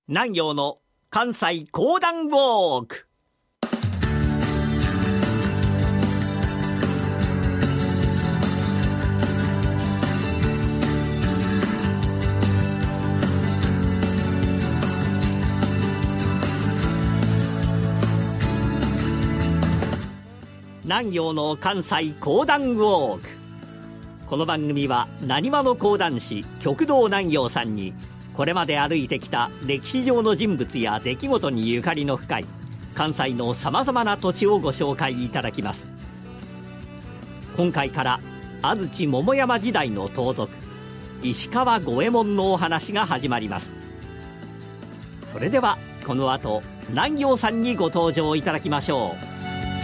南陽の関西講談ウォーク。南陽の関西講談ウォーク。この番組は浪速の講談師旭堂南陽さんにこれまで歩いてきた歴史上の人物や出来事にゆかりの深い関西のさまざまな土地をご紹介いただきます。今回から安土桃山時代の盗賊石川五右衛門のお話が始まります。それではこの後南陽さんにご登場いただきましょう。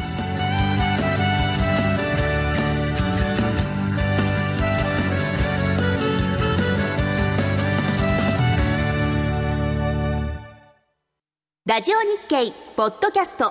ラジオ日経ポッドキャスト、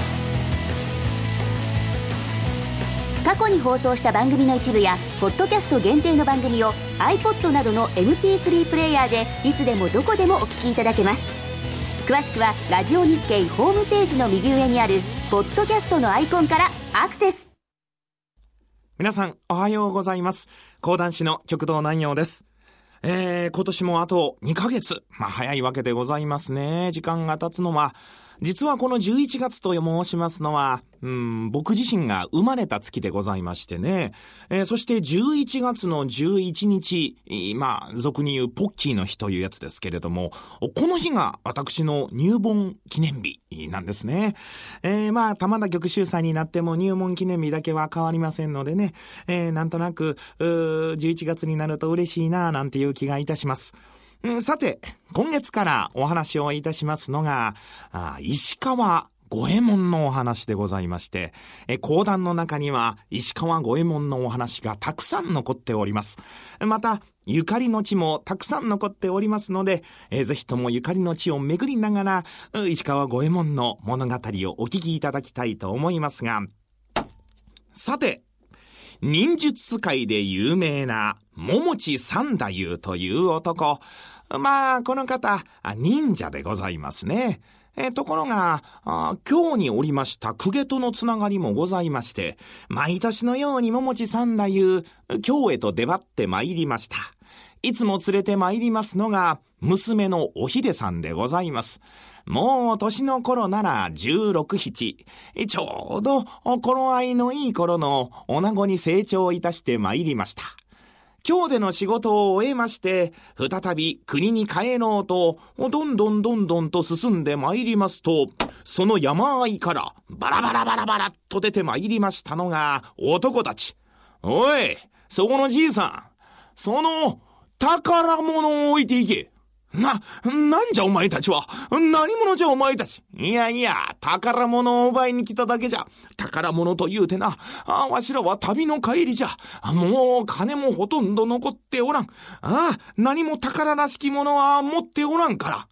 過去に放送した番組の一部やポッドキャスト限定の番組を iPod などの MP3 プレイヤーでいつでもどこでもお聞きいただけます。詳しくはラジオ日経ホームページの右上にあるポッドキャストのアイコンからアクセス。 皆さんおはようございます。講談師の旭堂南陽です。今年もあと2ヶ月。早いわけでございますね。時間が経つのは。実はこの11月と申しますのは、僕自身が生まれた月でございましてね。そして11月の11日、俗に言うポッキーの日というやつですけれども、この日が私の入門記念日なんですね。玉田玉秀祭になっても入門記念日だけは変わりませんのでね、なんとなく11月になると嬉しいななんていう気がいたします。さて、今月からお話をいたしますのが、石川五右衛門のお話でございまして、講談の中には石川五右衛門のお話がたくさん残っております。また、ゆかりの地もたくさん残っておりますので、ぜひともゆかりの地を巡りながら、石川五右衛門の物語をお聞きいただきたいと思いますが、さて、忍術界で有名な桃地三太夫という男。この方、忍者でございますね。ところが、京におりました公家とのつながりもございまして、毎年のように桃地三太夫、京へと出張って参りました。いつも連れて参りますのが、娘のお秀さんでございます。もう年の頃なら16、7、ちょうど頃合いのいい頃の女子に成長いたして参りました。今日での仕事を終えまして、再び国に帰ろうと、どんどんと進んで参りますと、その山あいからバラバラっと出て参りましたのが男たち。おい、そこのじいさん、その宝物を置いていけ。なんじゃお前たちは。何者じゃお前たち。いや、宝物を奪いに来ただけじゃ。宝物と言うてな。わしらは旅の帰りじゃ。もう金もほとんど残っておらん。何も宝らしきものは持っておらんから。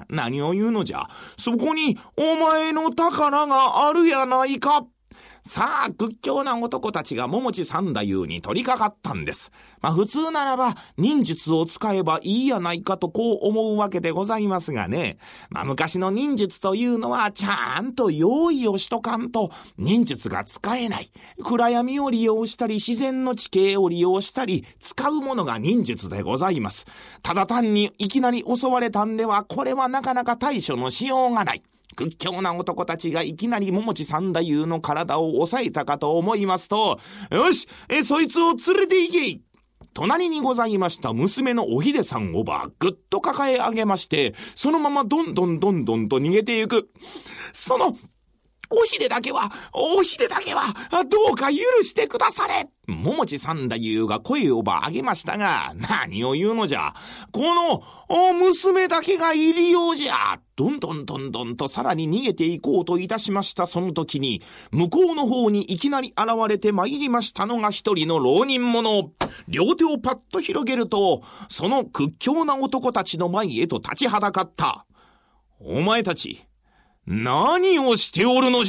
何を言うのじゃ。そこにお前の宝があるやないか。さあ、屈強な男たちが桃地三太夫に取り掛かったんです。普通ならば忍術を使えばいいやないかとこう思うわけでございますがね。昔の忍術というのはちゃんと用意をしとかんと忍術が使えない。暗闇を利用したり自然の地形を利用したり使うものが忍術でございます。ただ単にいきなり襲われたんではこれはなかなか対処のしようがない。屈強な男たちがいきなり桃地三太夫の体を抑えたかと思いますと、よし、そいつを連れて行け。隣にございました娘のお秀さんをぐっと抱え上げまして、そのままどんどんと逃げてゆく。そのお秀だけはどうか許してくだされ。桃地三太夫が声を上げましたが、何を言うのじゃ。この娘だけが入りようじゃ。どんどんとさらに逃げていこうといたしましたその時に、向こうの方にいきなり現れて参りましたのが一人の浪人者。両手をパッと広げると、その屈強な男たちの前へと立ちはだかった。お前たち、何をしておるのじゃ。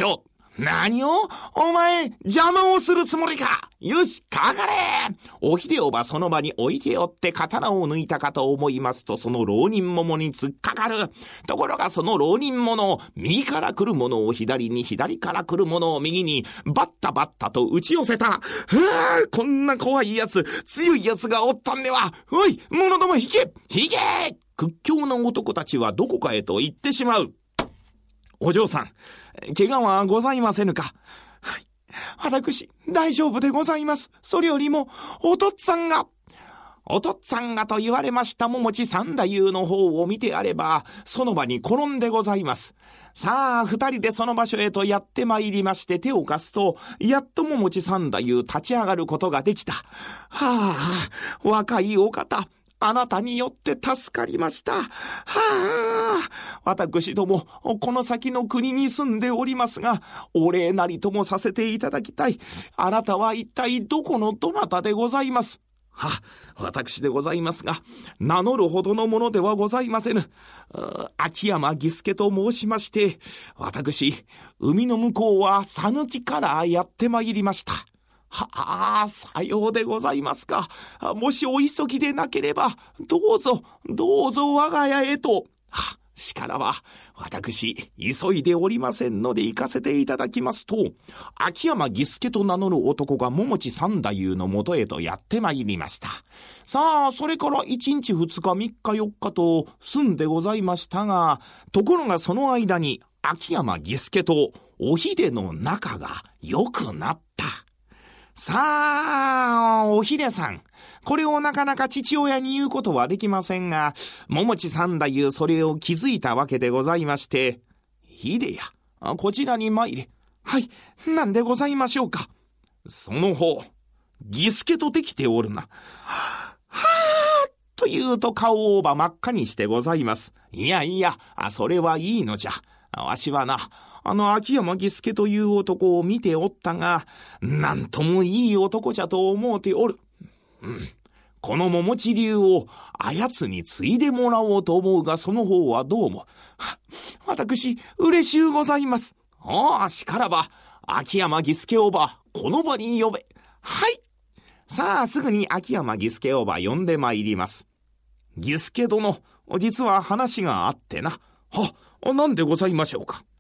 何をお前、邪魔をするつもりか。よし、かかれ。お秀夫はその場に置いておって刀を抜いたかと思いますと、その浪人者に突っかかる。ところがその浪人者、右から来る者を左に、左から来る者を右に、バッタバッタと打ち寄せた。こんな怖いやつ、強いやつがおったんでは。おい、者ども引け引け。屈強な男たちはどこかへと行ってしまう。お嬢さん、怪我はございませぬか。はい。私、大丈夫でございます。それよりも、お父っつぁんがと言われました桃地三太夫の方を見てあれば、その場に転んでございます。さあ、二人でその場所へとやってまいりまして手を貸すと、やっと桃地三太夫立ち上がることができた。はあ、若いお方。あなたによって助かりました。はあ、私ども、この先の国に住んでおりますが、お礼なりともさせていただきたい。あなたは一体どこのどなたでございます？私でございますが、名乗るほどのものではございませぬ。秋山義助と申しまして、私、海の向こうは佐貫からやってまいりました。はあ、さようでございますか。もしお急ぎでなければ、どうぞ我が家へと。しからは、私、急いでおりませんので行かせていただきますと、秋山義助と名乗る男が桃地三太夫のもとへとやってまいりました。さあ、それから1日2日3日4日と住んでございましたが、ところがその間に秋山義助とお秀の仲が良くなった。さあ、お秀さん。これをなかなか父親に言うことはできませんが、桃地三太夫それを気づいたわけでございまして、秀や、こちらに参れ。はい、なんでございましょうか。その方、義助とできておるな。はぁ、と言うと顔をば真っ赤にしてございます。いや、それはいいのじゃ。わしはな、秋山義助という男を見ておったが、なんともいい男じゃと思うておる。この桃地流をあやつに継いでもらおうと思うが、その方はどうも。私、嬉しゅうございます。しからば、秋山義助おば、この場に呼べ。はい。さあ、すぐに秋山義助おば呼んでまいります。義助殿、実は話があってな。なんでございましょうか。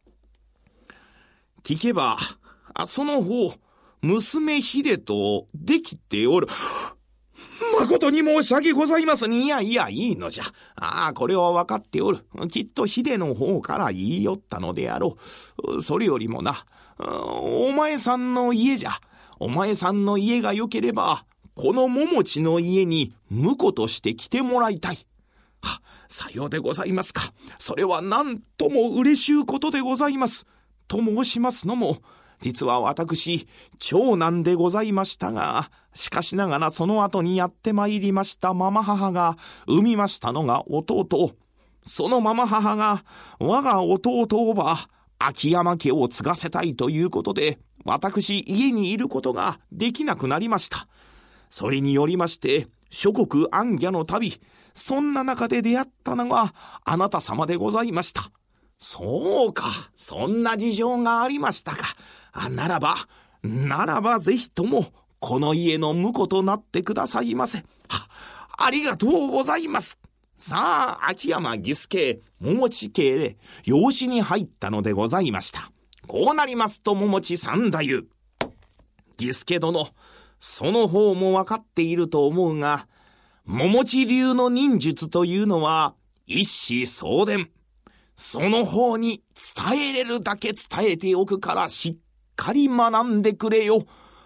聞けば、その方、娘秀とできておる。誠に申し訳ございますに。いや、いいのじゃ。これは分かっておる。きっと秀の方から言い寄ったのであろう。それよりもな、お前さんの家じゃ。お前さんの家が良ければ、この桃地の家に婿として来てもらいたい。さようでございますか。それはなんとも嬉しゅうことでございます。と申しますのも、実は私、長男でございましたが、しかしながらその後にやってまいりましたママ母が産みましたのが弟。そのママ母が我が弟をば秋山家を継がせたいということで、私家にいることができなくなりました。それによりまして諸国行脚の旅、そんな中で出会ったのがあなた様でございました。そうか、そんな事情がありましたか。ならばぜひともこの家の婿となってくださいませ。ありがとうございます。さあ、秋山義助、桃地家で養子に入ったのでございました。こうなりますと桃地三太夫、義助殿、その方も分かっていると思うが、桃地流の忍術というのは一子相伝。その方に伝えれるだけ伝えておくからしっかり学んでくれよ。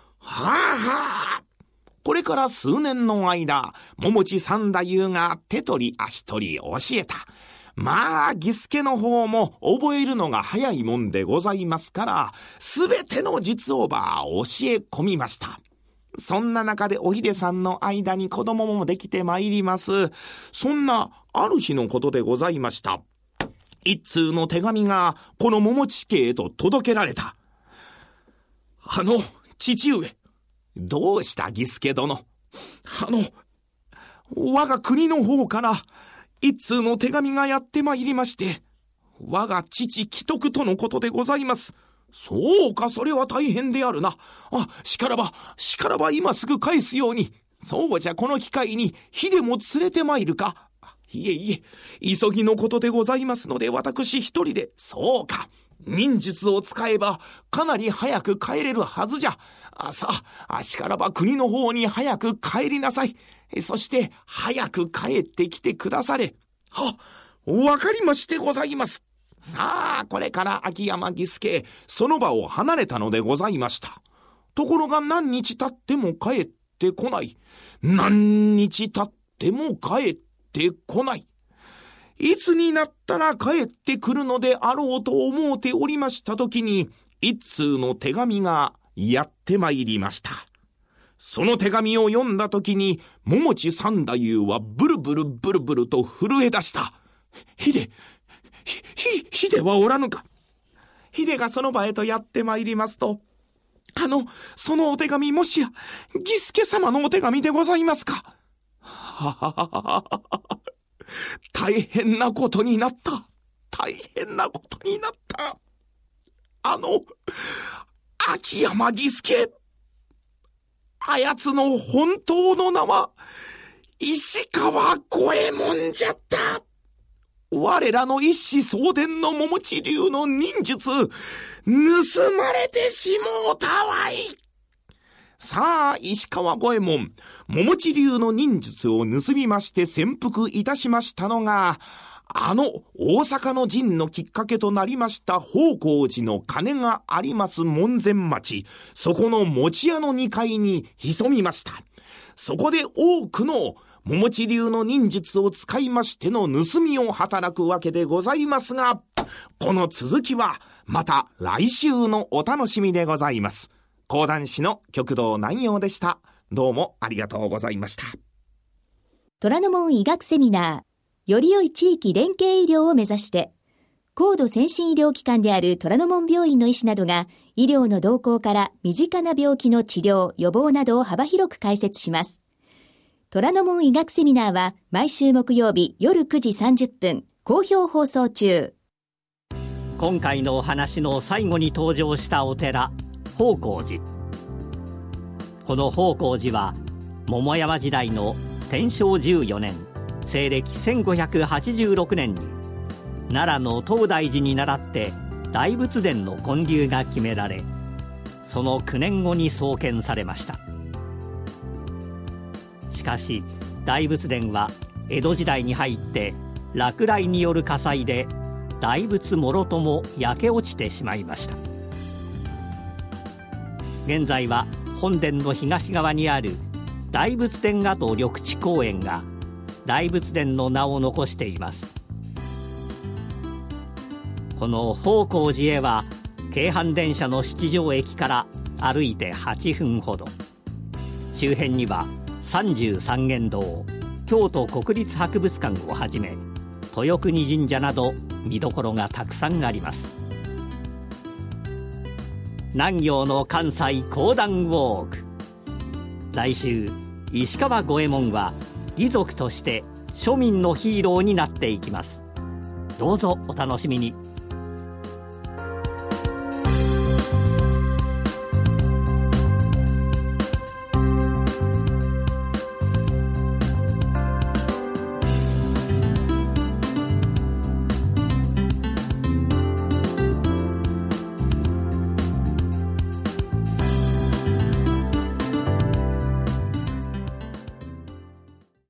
これから数年の間、桃地三太夫が手取り足取り教えた。義助の方も覚えるのが早いもんでございますから、すべての術を教え込みました。そんな中でお秀さんの間に子供もできてまいります。そんなある日のことでございました。一通の手紙がこの桃地家へと届けられた。父上。どうした義助殿。我が国の方から一通の手紙がやってまいりまして、我が父貴徳とのことでございます。 そうか、それは大変であるな。しからば今すぐ返すように。そうじゃ、この機会に火でも連れて参るか。いえ、急ぎのことでございますので、私一人で。そうか、忍術を使えばかなり早く帰れるはずじゃ。さあ、しからば国の方に早く帰りなさい。そして早く帰ってきてくだされ。わかりましてございます。さあ、これから秋山義助、その場を離れたのでございました。ところが何日経っても帰ってこない。何日経っても帰ってこない。いつになったら帰ってくるのであろうと思うておりましたときに、一通の手紙がやってまいりました。その手紙を読んだときに、桃地三太夫はブルブルと震え出した。ヒデはおらぬか。ヒデがその場へとやってまいりますと、そのお手紙、もしや義助様のお手紙でございますか。大変なことになった。秋山義助、あやつの本当の名は石川五右衛門じゃった。我らの一子相伝の桃地流の忍術、盗まれてしもうたわい。さあ、石川五右衛門、桃地流の忍術を盗みまして潜伏いたしましたのが、大阪の陣のきっかけとなりました宝光寺の鐘があります門前町、そこの餅屋の2階に潜みました。そこで多くの桃地流の忍術を使いましての盗みを働くわけでございますが、この続きはまた来週のお楽しみでございます。講談師の旭堂南陽でした。どうもありがとうございました。 虎ノ門医学セミナー、より良い地域連携医療を目指して、高度先進医療機関である虎ノ門病院の医師などが、医療の動向から身近な病気の治療、予防などを幅広く解説します。虎ノ門医学セミナーは毎週木曜日夜9時30分、好評放送中。 今回のお話の最後に登場したお寺、宝光寺。この宝光寺は桃山時代の天正14年、西暦1586年に奈良の東大寺に倣って大仏殿の建立が決められ、その9年後に創建されました。しかし大仏殿は江戸時代に入って落雷による火災で大仏もろとも焼け落ちてしまいました。現在は本殿の東側にある大仏殿跡緑地公園が大仏殿の名を残しています。この宝光寺へは京阪電車の七条駅から歩いて8分ほど。周辺には三十三間堂、京都国立博物館をはじめ豊国神社など見どころがたくさんあります。南陽の関西講談ウォーク。来週、石川五右衛門は義賊として庶民のヒーローになっていきます。どうぞお楽しみに。